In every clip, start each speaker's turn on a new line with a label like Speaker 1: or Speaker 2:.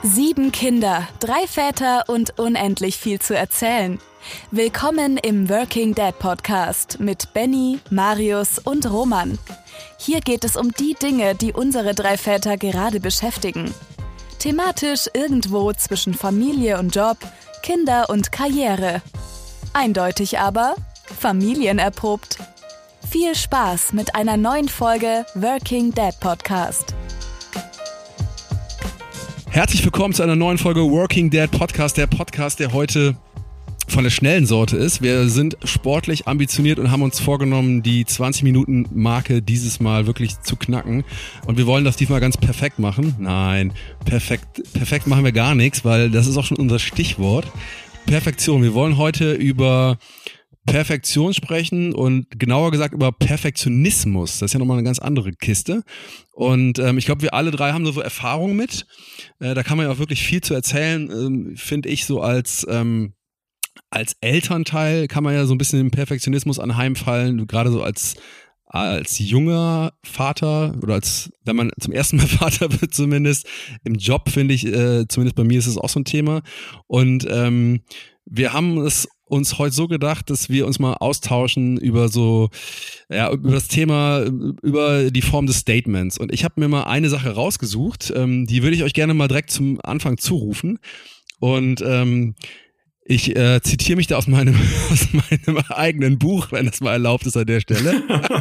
Speaker 1: 7 Kinder, 3 Väter und unendlich viel zu erzählen. Willkommen im Working Dad Podcast mit Benny, Marius und Roman. Hier geht es um die Dinge, die unsere 3 Väter gerade beschäftigen. Thematisch irgendwo zwischen Familie und Job, Kinder und Karriere. Eindeutig aber familienerprobt. Viel Spaß mit einer neuen Folge Working Dad Podcast.
Speaker 2: Herzlich willkommen zu einer neuen Folge Working Dad Podcast, der Podcast, der heute von der schnellen Sorte ist. Wir sind sportlich ambitioniert und haben uns vorgenommen, die 20-Minuten-Marke dieses Mal wirklich zu knacken. Und wir wollen das diesmal ganz perfekt machen. Nein, perfekt machen wir gar nichts, weil das ist auch schon unser Stichwort. Perfektion. Wir wollen heute über Perfektion sprechen und genauer gesagt über Perfektionismus. Das ist ja nochmal eine ganz andere Kiste. Und ich glaube, wir alle 3 haben so Erfahrungen mit. Da kann man ja auch wirklich viel zu erzählen, finde ich, so als Elternteil kann man ja so ein bisschen dem Perfektionismus anheimfallen, gerade so als junger Vater oder wenn man zum ersten Mal Vater wird zumindest, im Job finde ich, zumindest bei mir ist es auch so ein Thema. Und wir haben es uns heute so gedacht, dass wir uns mal austauschen über über das Thema, über die Form des Statements. Und ich habe mir mal eine Sache rausgesucht, die würde ich euch gerne mal direkt zum Anfang zurufen. Und ich zitiere mich da aus meinem eigenen Buch, wenn das mal erlaubt ist an der Stelle.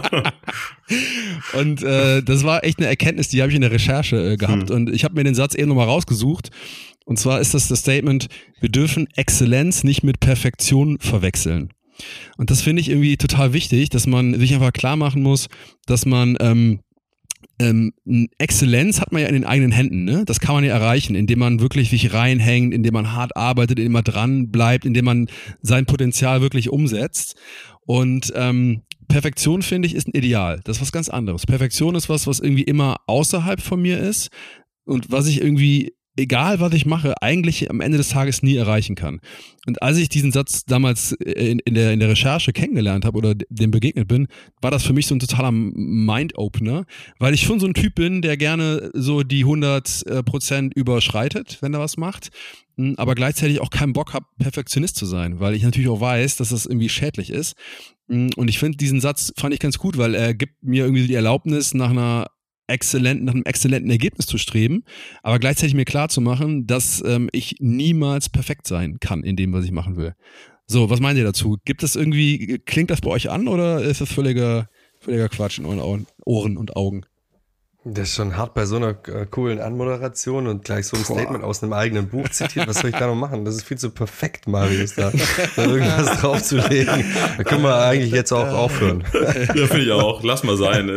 Speaker 2: Und das war echt eine Erkenntnis, die habe ich in der Recherche gehabt. Und ich habe mir den Satz eben nochmal rausgesucht. Und zwar ist das Statement: Wir dürfen Exzellenz nicht mit Perfektion verwechseln. Und das finde ich irgendwie total wichtig, dass man sich einfach klar machen muss, dass man Exzellenz hat man ja in den eigenen Händen, ne? Das kann man ja erreichen, indem man wirklich sich reinhängt, indem man hart arbeitet, indem man dran bleibt, indem man sein Potenzial wirklich umsetzt. Und Perfektion, finde ich, ist ein Ideal. Das ist was ganz anderes. Perfektion ist was irgendwie immer außerhalb von mir ist und was ich irgendwie, egal was ich mache, eigentlich am Ende des Tages nie erreichen kann. Und als ich diesen Satz damals in der Recherche kennengelernt habe oder dem begegnet bin, war das für mich so ein totaler Mind-Opener, weil ich schon so ein Typ bin, der gerne so die 100% überschreitet, wenn er was macht, aber gleichzeitig auch keinen Bock habe, Perfektionist zu sein, weil ich natürlich auch weiß, dass das irgendwie schädlich ist. Und ich finde, diesen Satz fand ich ganz gut, weil er gibt mir irgendwie die Erlaubnis, nach einem exzellenten Ergebnis zu streben, aber gleichzeitig mir klar zu machen, dass ich niemals perfekt sein kann in dem, was ich machen will. So, was meint ihr dazu? Klingt das bei euch an oder ist das völliger Quatsch in euren Ohren und Augen?
Speaker 3: Das ist schon hart bei so einer coolen Anmoderation und gleich so ein Statement aus einem eigenen Buch zitiert. Was soll ich da noch machen? Das ist viel zu perfekt, Marius, da irgendwas draufzulegen. Da können wir eigentlich jetzt auch aufhören.
Speaker 4: Ja, finde ich auch. Lass mal sein.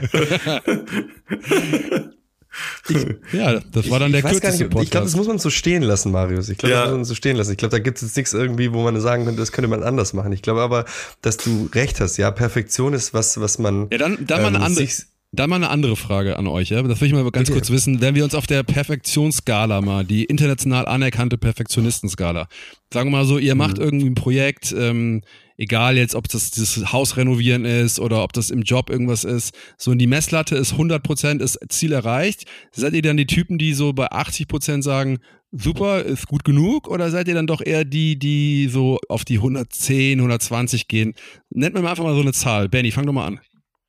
Speaker 2: Das war dann der kürzeste Podcast.
Speaker 3: Ich glaube, das muss man so stehen lassen, Marius. Ich glaube, das muss man so stehen lassen. Ich glaube, da gibt es jetzt nichts irgendwie, wo man sagen könnte, das könnte man anders machen. Ich glaube aber, dass du recht hast. Ja, Perfektion ist was man...
Speaker 2: Ja, dann mal eine andere Frage an euch. Ja? Das will ich mal ganz kurz wissen. Wenn wir uns auf der Perfektionsskala mal, die international anerkannte Perfektionistenskala, sagen wir mal so, ihr macht irgendwie ein Projekt, egal jetzt, ob das Haus renovieren ist oder ob das im Job irgendwas ist, so und die Messlatte ist 100%, ist Ziel erreicht. Seid ihr dann die Typen, die so bei 80% sagen, super, ist gut genug, oder seid ihr dann doch eher die so auf die 110, 120 gehen? Nennt mir mal einfach mal so eine Zahl. Benny, fang doch mal an.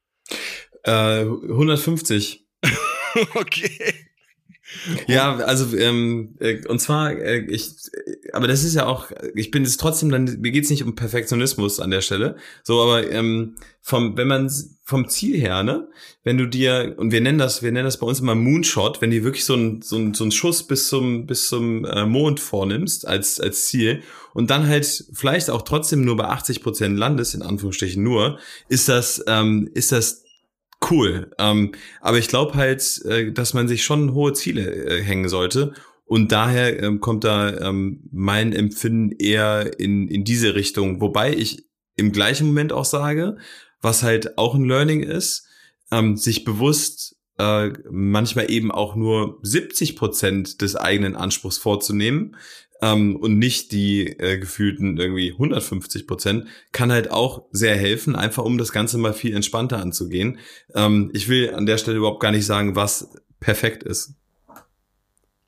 Speaker 4: 150.
Speaker 2: Okay.
Speaker 4: Ja, also und zwar aber das ist ja auch, ich bin es trotzdem dann, mir geht's nicht um Perfektionismus an der Stelle, so, aber wenn man vom Ziel her, ne, wenn du dir, und wir nennen das bei uns immer Moonshot, wenn du wirklich so einen Schuss bis zum Mond vornimmst als Ziel und dann halt vielleicht auch trotzdem nur bei 80% landest, in Anführungsstrichen nur, ist das cool. Aber ich glaube halt, dass man sich schon hohe Ziele hängen sollte. Und daher kommt da mein Empfinden eher in diese Richtung. Wobei ich im gleichen Moment auch sage, was halt auch ein Learning ist, sich bewusst manchmal eben auch nur 70% des eigenen Anspruchs vorzunehmen, und nicht die gefühlten irgendwie 150%, kann halt auch sehr helfen, einfach um das Ganze mal viel entspannter anzugehen. Ich will an der Stelle überhaupt gar nicht sagen, was perfekt ist.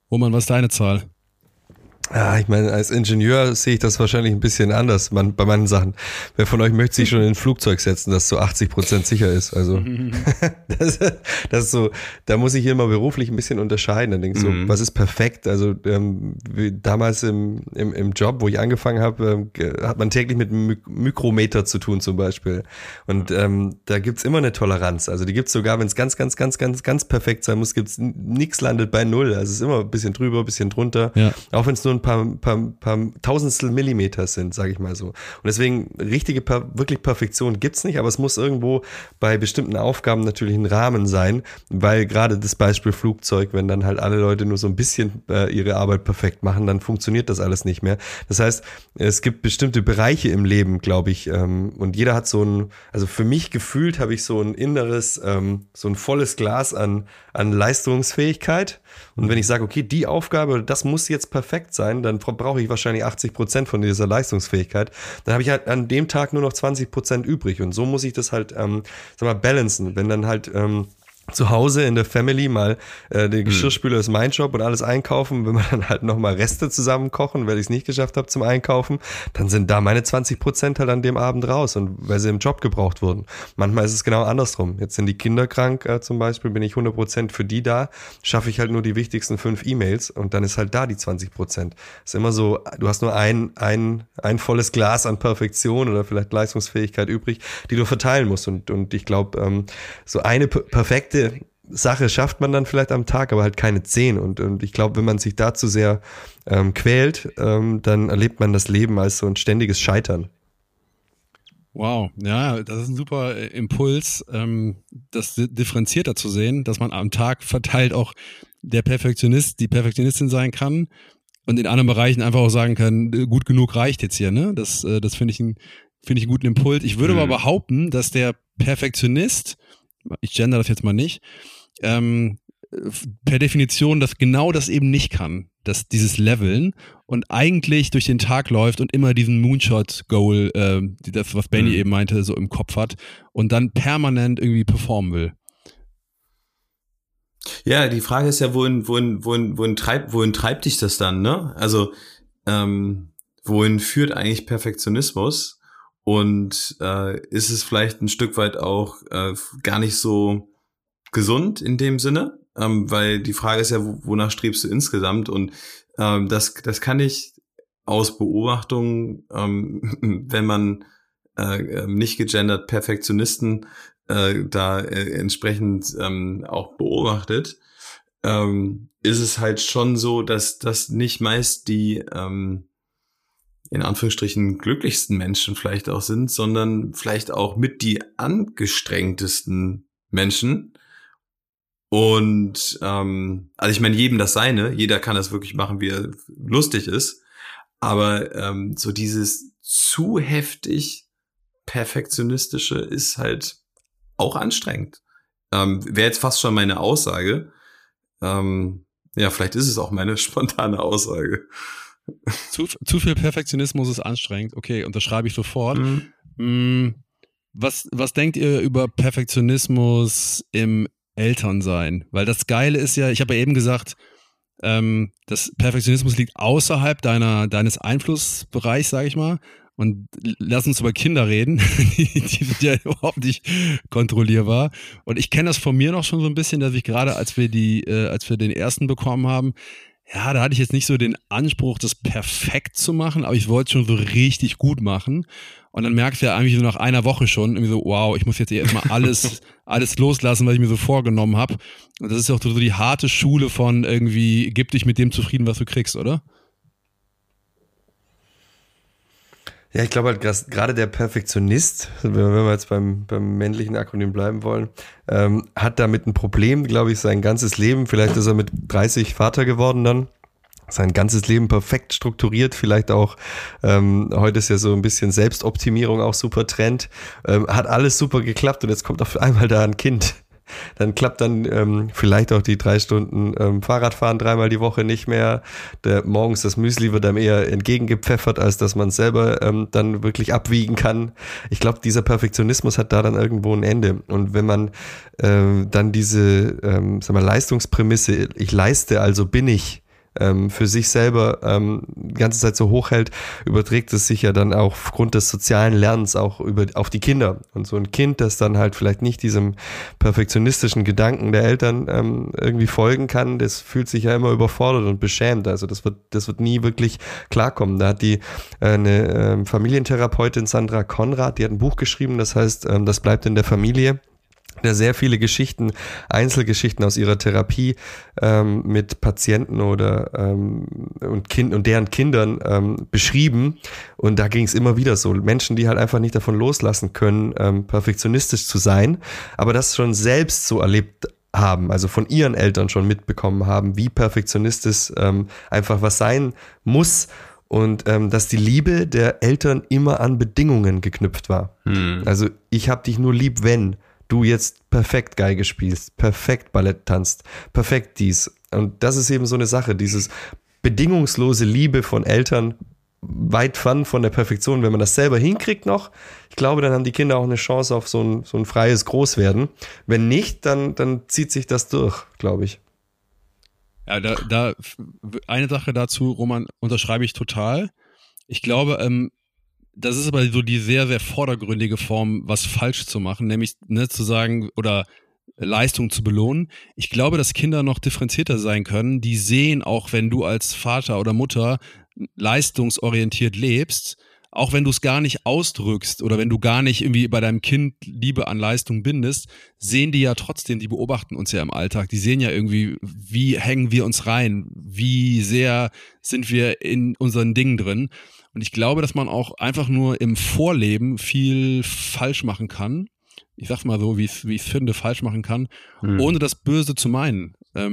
Speaker 2: Roman, was ist deine Zahl?
Speaker 3: Ja, ich meine, als Ingenieur sehe ich das wahrscheinlich ein bisschen anders bei manchen Sachen. Wer von euch möchte sich schon in ein Flugzeug setzen, das so 80% sicher ist? Also das ist so, da muss ich immer beruflich ein bisschen unterscheiden. Dann denke ich so, was ist perfekt? Also damals im Job, wo ich angefangen habe, hat man täglich mit einem Mikrometer zu tun zum Beispiel. Und da gibt's immer eine Toleranz. Also die gibt's sogar, wenn es ganz perfekt sein muss, gibt's nichts landet bei Null. Also es ist immer ein bisschen drüber, ein bisschen drunter. Ja. Auch wenn es nur ein paar Tausendstel Millimeter sind, sage ich mal so. Und deswegen wirklich Perfektion gibt's nicht, aber es muss irgendwo bei bestimmten Aufgaben natürlich ein Rahmen sein, weil gerade das Beispiel Flugzeug, wenn dann halt alle Leute nur so ein bisschen ihre Arbeit perfekt machen, dann funktioniert das alles nicht mehr. Das heißt, es gibt bestimmte Bereiche im Leben, glaube ich, und jeder hat also für mich gefühlt habe ich so ein inneres, so ein volles Glas an Leistungsfähigkeit. Und wenn ich sage, okay, die Aufgabe, das muss jetzt perfekt sein, dann brauche ich wahrscheinlich 80% von dieser Leistungsfähigkeit. Dann habe ich halt an dem Tag nur noch 20% übrig. Und so muss ich das halt, balancen. Wenn dann halt zu Hause in der Family mal der Geschirrspüler ist mein Job und alles einkaufen, wenn wir dann halt nochmal Reste zusammen kochen, weil ich es nicht geschafft habe zum Einkaufen, dann sind da meine 20% halt an dem Abend raus und weil sie im Job gebraucht wurden. Manchmal ist es genau andersrum. Jetzt sind die Kinder krank zum Beispiel, bin ich 100% für die da, schaffe ich halt nur die wichtigsten 5 E-Mails und dann ist halt da die 20%. Ist immer so, du hast nur ein volles Glas an Perfektion oder vielleicht Leistungsfähigkeit übrig, die du verteilen musst und ich glaube, so eine perfekte Sache schafft man dann vielleicht am Tag, aber halt keine 10 und ich glaube, wenn man sich da zu sehr quält, dann erlebt man das Leben als so ein ständiges Scheitern.
Speaker 2: Wow, ja, das ist ein super Impuls, das differenzierter zu sehen, dass man am Tag verteilt auch der Perfektionist, die Perfektionistin sein kann und in anderen Bereichen einfach auch sagen kann, gut genug reicht jetzt hier, ne? Das finde ich einen guten Impuls. Ich würde aber behaupten, dass der Perfektionist, ich gender das jetzt mal nicht, per Definition genau das eben nicht kann, dass dieses Leveln und eigentlich durch den Tag läuft und immer diesen Moonshot-Goal, das, was Benny eben meinte, so im Kopf hat und dann permanent irgendwie performen will.
Speaker 4: Ja, die Frage ist ja, wohin treibt dich das dann, ne? Also, wohin führt eigentlich Perfektionismus? Und ist es vielleicht ein Stück weit auch gar nicht so gesund in dem Sinne? Weil die Frage ist ja, wonach strebst du insgesamt? Und das kann ich aus Beobachtung, wenn man nicht gegendert Perfektionisten da entsprechend auch beobachtet, ist es halt schon so, dass das nicht meist die in Anführungsstrichen glücklichsten Menschen vielleicht auch sind, sondern vielleicht auch mit die angestrengtesten Menschen. Und also ich meine, jedem das seine, jeder kann das wirklich machen, wie er lustig ist, aber so dieses zu heftig perfektionistische ist halt auch anstrengend. Wäre jetzt fast schon meine Aussage. Ja, vielleicht ist es auch meine spontane Aussage.
Speaker 2: Zu viel Perfektionismus ist anstrengend. Okay, unterschreibe ich sofort. Was denkt ihr über Perfektionismus im Elternsein? Weil das Geile ist ja, ich habe ja eben gesagt, dass Perfektionismus liegt außerhalb deines Einflussbereichs, sage ich mal. Und lass uns über Kinder reden, die sind ja überhaupt nicht kontrollierbar. Und ich kenne das von mir noch schon so ein bisschen, dass ich gerade, als wir den ersten bekommen haben, ja, da hatte ich jetzt nicht so den Anspruch, das perfekt zu machen, aber ich wollte es schon so richtig gut machen. Und dann merkst du ja eigentlich so nach einer Woche schon irgendwie so, wow, ich muss jetzt erstmal alles loslassen, was ich mir so vorgenommen habe. Und das ist auch so die harte Schule von irgendwie, gib dich mit dem zufrieden, was du kriegst, oder?
Speaker 3: Ja, ich glaube halt gerade der Perfektionist, wenn wir jetzt beim männlichen Akronym bleiben wollen, hat damit ein Problem, glaube ich, sein ganzes Leben. Vielleicht ist er mit 30 Vater geworden dann. Sein ganzes Leben perfekt strukturiert, vielleicht auch, heute ist ja so ein bisschen Selbstoptimierung auch super Trend, hat alles super geklappt und jetzt kommt auf einmal da ein Kind. Dann klappt dann vielleicht auch die 3 Stunden Fahrradfahren 3-mal die Woche nicht mehr. Morgens das Müsli wird einem eher entgegengepfeffert, als dass man es selber dann wirklich abwiegen kann. Ich glaube, dieser Perfektionismus hat da dann irgendwo ein Ende. Und wenn man dann diese Leistungsprämisse, ich leiste, also bin ich, für sich selber die ganze Zeit so hochhält, überträgt es sich ja dann auch aufgrund des sozialen Lernens auch auf die Kinder. Und so ein Kind, das dann halt vielleicht nicht diesem perfektionistischen Gedanken der Eltern irgendwie folgen kann, das fühlt sich ja immer überfordert und beschämt. Also das wird nie wirklich klarkommen. Da hat eine Familientherapeutin Sandra Konrad, die hat ein Buch geschrieben, das heißt, das bleibt in der Familie, der sehr viele Geschichten, Einzelgeschichten aus ihrer Therapie mit Patienten oder und deren Kindern beschrieben. Und da ging es immer wieder so. Menschen, die halt einfach nicht davon loslassen können, perfektionistisch zu sein, aber das schon selbst so erlebt haben, also von ihren Eltern schon mitbekommen haben, wie perfektionistisch einfach was sein muss. Und dass die Liebe der Eltern immer an Bedingungen geknüpft war. Also ich hab dich nur lieb, wenn du jetzt perfekt Geige spielst, perfekt Ballett tanzt, perfekt dies. Und das ist eben so eine Sache, dieses bedingungslose Liebe von Eltern, weit von der Perfektion. Wenn man das selber hinkriegt noch, ich glaube, dann haben die Kinder auch eine Chance auf so ein freies Großwerden. Wenn nicht, dann zieht sich das durch, glaube ich.
Speaker 2: Ja, da eine Sache dazu, Roman, unterschreibe ich total. Ich glaube, das ist aber so die sehr, sehr vordergründige Form, was falsch zu machen, nämlich zu sagen oder Leistung zu belohnen. Ich glaube, dass Kinder noch differenzierter sein können. Die sehen auch, wenn du als Vater oder Mutter leistungsorientiert lebst, auch wenn du es gar nicht ausdrückst oder wenn du gar nicht irgendwie bei deinem Kind Liebe an Leistung bindest, sehen die ja trotzdem, die beobachten uns ja im Alltag, die sehen ja irgendwie, wie hängen wir uns rein, wie sehr sind wir in unseren Dingen drin. Und ich glaube, dass man auch einfach nur im Vorleben viel falsch machen kann. Ich sag mal so, wie ich finde, falsch machen kann, ohne das Böse zu meinen.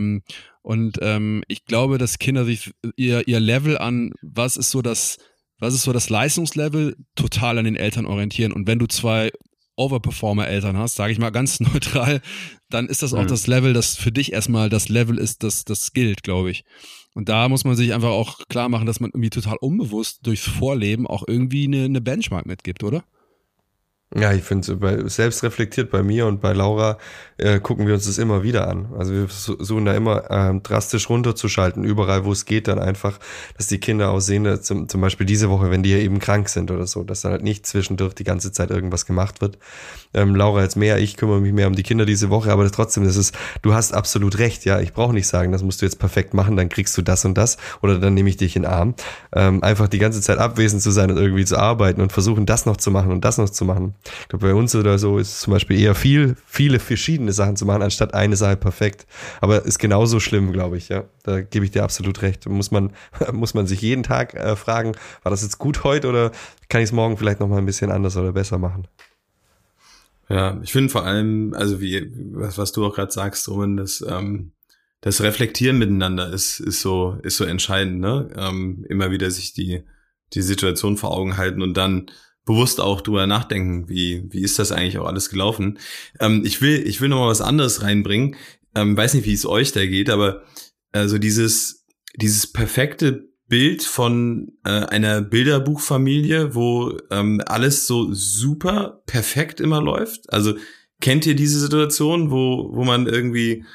Speaker 2: Ich glaube, dass Kinder sich ihr Level an, was ist so das Leistungslevel, total an den Eltern orientieren. Und wenn du 2 Overperformer-Eltern hast, sage ich mal ganz neutral, dann ist das auch das Level, das für dich erstmal das Level ist, das gilt, glaube ich. Und da muss man sich einfach auch klar machen, dass man irgendwie total unbewusst durchs Vorleben auch irgendwie eine Benchmark mitgibt, oder?
Speaker 3: Ja, ich finde, selbst reflektiert bei mir und bei Laura gucken wir uns das immer wieder an. Also wir versuchen da immer drastisch runterzuschalten, überall wo es geht, dann einfach, dass die Kinder auch sehen, zum Beispiel diese Woche, wenn die ja eben krank sind oder so, dass dann halt nicht zwischendurch die ganze Zeit irgendwas gemacht wird. Laura jetzt mehr, ich kümmere mich mehr um die Kinder diese Woche, aber trotzdem, du hast absolut recht, ja, ich brauche nicht sagen, das musst du jetzt perfekt machen, dann kriegst du das und das oder dann nehme ich dich in den Arm. Einfach die ganze Zeit abwesend zu sein und irgendwie zu arbeiten und versuchen, das noch zu machen und das noch zu machen. Ich glaube, bei uns oder so ist es zum Beispiel eher viele verschiedene Sachen zu machen, anstatt eine Sache perfekt. Aber ist genauso schlimm, glaube ich, ja. Da gebe ich dir absolut recht. Muss man sich jeden Tag fragen, war das jetzt gut heute oder kann ich es morgen vielleicht noch mal ein bisschen anders oder besser machen?
Speaker 4: Ja, ich finde vor allem, also was du auch gerade sagst, Roman, das Reflektieren miteinander ist so entscheidend, ne? Immer wieder sich die Situation vor Augen halten und dann bewusst auch drüber nachdenken, wie ist das eigentlich auch alles gelaufen. Ich will noch mal was anderes reinbringen. Weiß nicht, wie es euch da geht, aber also dieses perfekte Bild von einer Bilderbuchfamilie, wo alles so super perfekt immer läuft. Also kennt ihr diese Situation, wo man irgendwie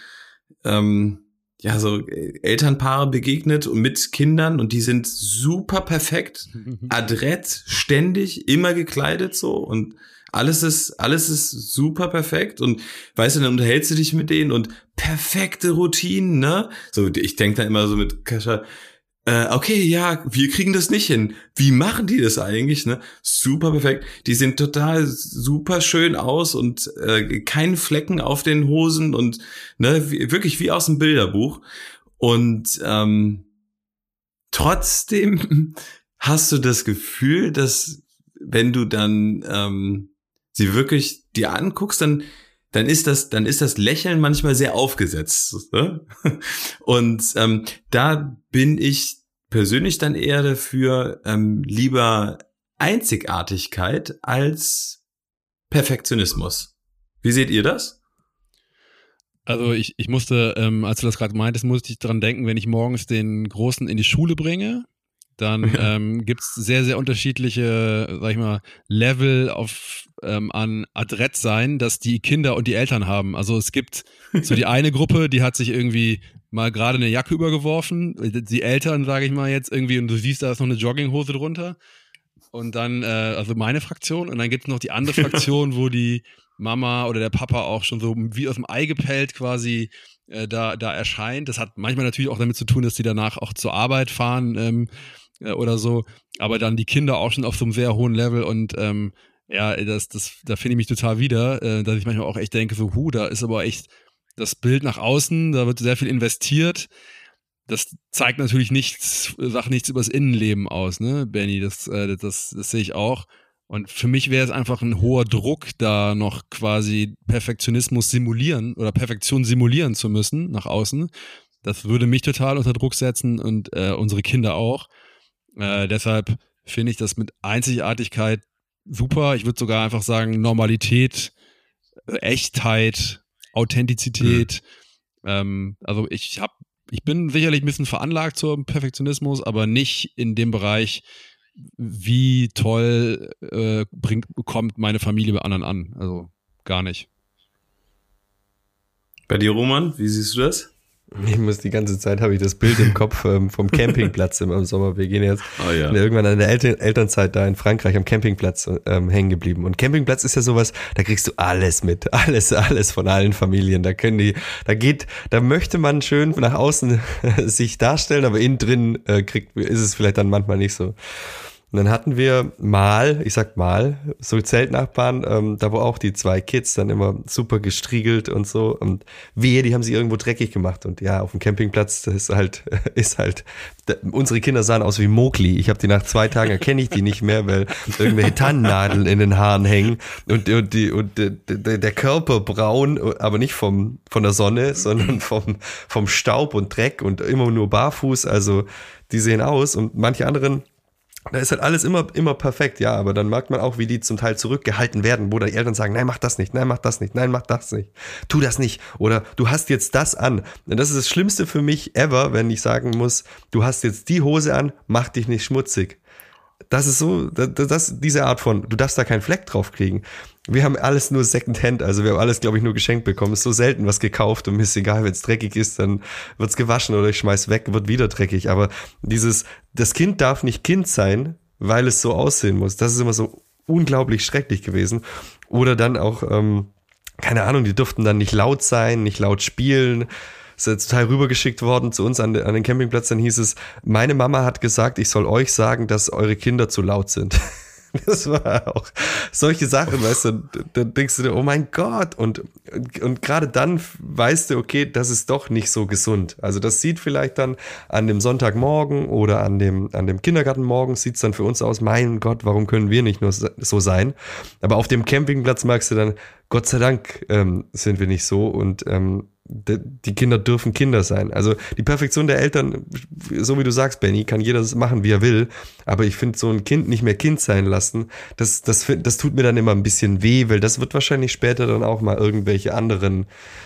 Speaker 4: so Elternpaare begegnet und mit Kindern und die sind super perfekt, adrett, ständig, immer gekleidet so und alles ist super perfekt und weißt du, dann unterhältst du dich mit denen und perfekte Routinen, ne? So, ich denke da immer so mit Kascha, okay, ja, wir kriegen das nicht hin. Wie machen die das eigentlich, ne? Super perfekt. Die sehen total super schön aus und kein Flecken auf den Hosen und ne, wirklich wie aus dem Bilderbuch. Und trotzdem hast du das Gefühl, dass wenn du dann sie wirklich dir anguckst, dann ist das Lächeln manchmal sehr aufgesetzt. Ne? Und da bin ich persönlich dann eher dafür, lieber Einzigartigkeit als Perfektionismus. Wie seht ihr das?
Speaker 2: Also ich musste, als du das gerade meintest, musste ich dran denken, wenn ich morgens den Großen in die Schule bringe, dann gibt's sehr, sehr unterschiedliche, sag ich mal, Level an Adrettsein, dass die Kinder und die Eltern haben. Also es gibt so die eine Gruppe, die hat sich irgendwie mal gerade eine Jacke übergeworfen. Die Eltern, sage ich mal jetzt irgendwie, und du siehst, da ist noch eine Jogginghose drunter. Und dann, also meine Fraktion. Und dann gibt's noch die andere Fraktion, wo die Mama oder der Papa auch schon so wie aus dem Ei gepellt quasi da erscheint. Das hat manchmal natürlich auch damit zu tun, dass die danach auch zur Arbeit fahren oder so. Aber dann die Kinder auch schon auf so einem sehr hohen Level und ja, da finde ich mich total wieder, dass ich manchmal auch echt denke, so, da ist aber echt das Bild nach außen, da wird sehr viel investiert. Das zeigt natürlich sagt nichts über das Innenleben aus, ne, Benny, das sehe ich auch. Und für mich wäre es einfach ein hoher Druck, da noch quasi Perfektionismus simulieren oder Perfektion simulieren zu müssen nach außen. Das würde mich total unter Druck setzen und unsere Kinder auch. Deshalb finde ich das mit Einzigartigkeit super. Ich würde sogar einfach sagen, Normalität, Echtheit, Authentizität. Also ich bin sicherlich ein bisschen veranlagt zum Perfektionismus, aber nicht in dem Bereich, wie toll kommt meine Familie bei anderen an. Also gar nicht.
Speaker 4: Bei dir, Roman, wie siehst du das?
Speaker 3: Ich muss die ganze Zeit, habe ich das Bild im Kopf vom Campingplatz im Sommer. Wir gehen jetzt irgendwann an der Elternzeit da in Frankreich am Campingplatz hängen geblieben. Und Campingplatz ist ja sowas, da kriegst du alles mit. Alles von allen Familien. Da möchte man schön nach außen sich darstellen, aber innen drin ist es vielleicht dann manchmal nicht so. Und dann hatten wir so Zeltnachbarn, da wo auch die 2 Kids dann immer super gestriegelt und so. Und die haben sich irgendwo dreckig gemacht. Und ja, auf dem Campingplatz, das ist halt, unsere Kinder sahen aus wie Mowgli. Ich habe die nach 2 Tagen, erkenne ich die nicht mehr, weil irgendwelche Tannennadeln in den Haaren hängen und der Körper braun, aber nicht von der Sonne, sondern vom Staub und Dreck und immer nur barfuß. Also die sehen aus und manche anderen, da ist halt alles immer perfekt, ja, aber dann merkt man auch, wie die zum Teil zurückgehalten werden, wo die Eltern sagen, nein, mach das nicht, nein, mach das nicht, nein, mach das nicht, tu das nicht oder du hast jetzt das an. Und das ist das Schlimmste für mich ever, wenn ich sagen muss, du hast jetzt die Hose an, mach dich nicht schmutzig. Das ist so, diese Art von, du darfst da keinen Fleck drauf kriegen. Wir haben alles nur Secondhand, also wir haben alles, glaube ich, nur geschenkt bekommen. Es ist so selten was gekauft und mir ist egal, wenn es dreckig ist, dann wird's gewaschen oder ich schmeiß weg, wird wieder dreckig. Aber das Kind darf nicht Kind sein, weil es so aussehen muss. Das ist immer so unglaublich schrecklich gewesen. Oder dann auch, keine Ahnung, die durften dann nicht laut sein, nicht laut spielen. Ist ja total rübergeschickt worden zu uns an den Campingplatz. Dann hieß es, meine Mama hat gesagt, ich soll euch sagen, dass eure Kinder zu laut sind. Das war auch solche Sachen, weißt du, dann denkst du dir, oh mein Gott, und gerade dann weißt du, okay, das ist doch nicht so gesund. Also das sieht vielleicht dann an dem Sonntagmorgen oder an dem Kindergartenmorgen sieht es dann für uns aus, mein Gott, warum können wir nicht nur so sein? Aber auf dem Campingplatz merkst du dann, Gott sei Dank sind wir nicht so und die Kinder dürfen Kinder sein. Also die Perfektion der Eltern, so wie du sagst, Benny, kann jeder das machen, wie er will. Aber ich finde, so ein Kind nicht mehr Kind sein lassen, das tut mir dann immer ein bisschen weh, weil das wird wahrscheinlich später dann auch mal irgendwelche anderen,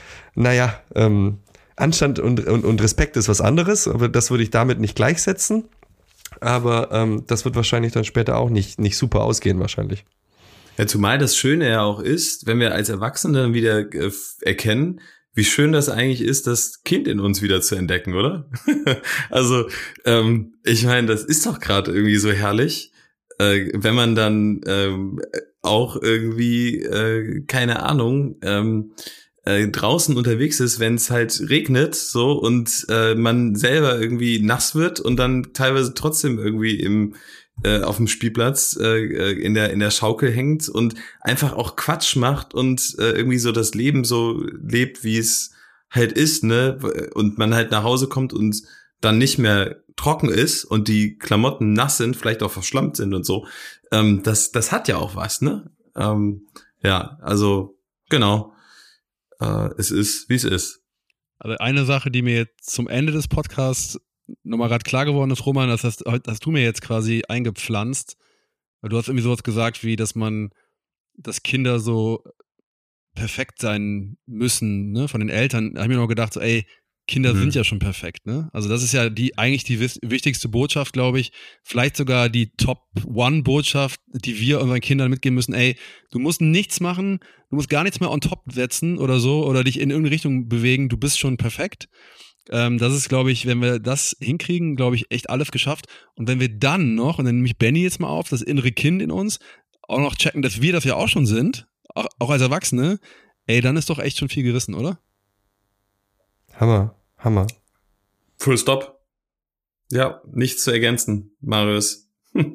Speaker 3: Anstand und Respekt ist was anderes, aber das würde ich damit nicht gleichsetzen. Aber das wird wahrscheinlich dann später auch nicht super ausgehen wahrscheinlich.
Speaker 4: Ja, zumal das Schöne ja auch ist, wenn wir als Erwachsene dann wieder erkennen, wie schön das eigentlich ist, das Kind in uns wieder zu entdecken, oder? Also, ich meine, das ist doch gerade irgendwie so herrlich, wenn man dann auch irgendwie, keine Ahnung, draußen unterwegs ist, wenn es halt regnet, so, und man selber irgendwie nass wird und dann teilweise trotzdem irgendwie auf dem Spielplatz in der Schaukel hängt und einfach auch Quatsch macht und irgendwie so das Leben so lebt, wie es halt ist, ne? Und man halt nach Hause kommt und dann nicht mehr trocken ist und die Klamotten nass sind, vielleicht auch verschlammt sind und so. Das hat ja auch was, ne? Ja, also genau. Es ist, wie es ist.
Speaker 2: Also eine Sache, die mir jetzt zum Ende des Podcasts nochmal gerade klar geworden ist, Roman, das hast du mir jetzt quasi eingepflanzt. Du hast irgendwie sowas gesagt, wie, dass Kinder so perfekt sein müssen, ne, von den Eltern. Da habe ich mir noch gedacht, so, ey, Kinder sind ja schon perfekt, ne? Also das ist ja eigentlich die wichtigste Botschaft, glaube ich. Vielleicht sogar die Top-One-Botschaft, die wir unseren Kindern mitgeben müssen. Ey, du musst nichts machen, du musst gar nichts mehr on top setzen oder so oder dich in irgendeine Richtung bewegen, du bist schon perfekt. Das ist, glaube ich, wenn wir das hinkriegen, glaube ich, echt alles geschafft. Und wenn wir dann noch, und dann nehme ich Benny jetzt mal auf, das innere Kind in uns, auch noch checken, dass wir das ja auch schon sind, auch als Erwachsene, ey, dann ist doch echt schon viel gerissen, oder?
Speaker 3: Hammer.
Speaker 4: Full stop. Ja, nichts zu ergänzen, Marius.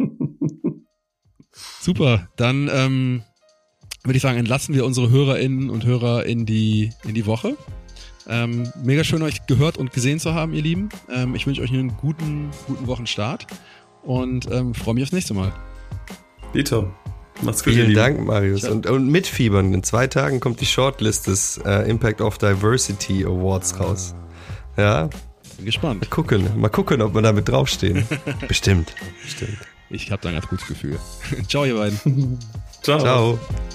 Speaker 2: Super, dann würde ich sagen, entlassen wir unsere HörerInnen und Hörer in die Woche. Mega schön, euch gehört und gesehen zu haben, ihr Lieben. Ich wünsche euch einen guten Wochenstart und freue mich aufs nächste Mal.
Speaker 4: Dito. Macht's gut,
Speaker 3: Vielen Dank, Marius. Und mitfiebern. In 2 Tagen kommt die Shortlist des Impact of Diversity Awards raus. Ja.
Speaker 2: Bin gespannt.
Speaker 3: Mal gucken, ob wir da mit draufstehen. Bestimmt.
Speaker 2: Ich habe da ein ganz gutes Gefühl. Ciao, ihr beiden.
Speaker 4: Ciao.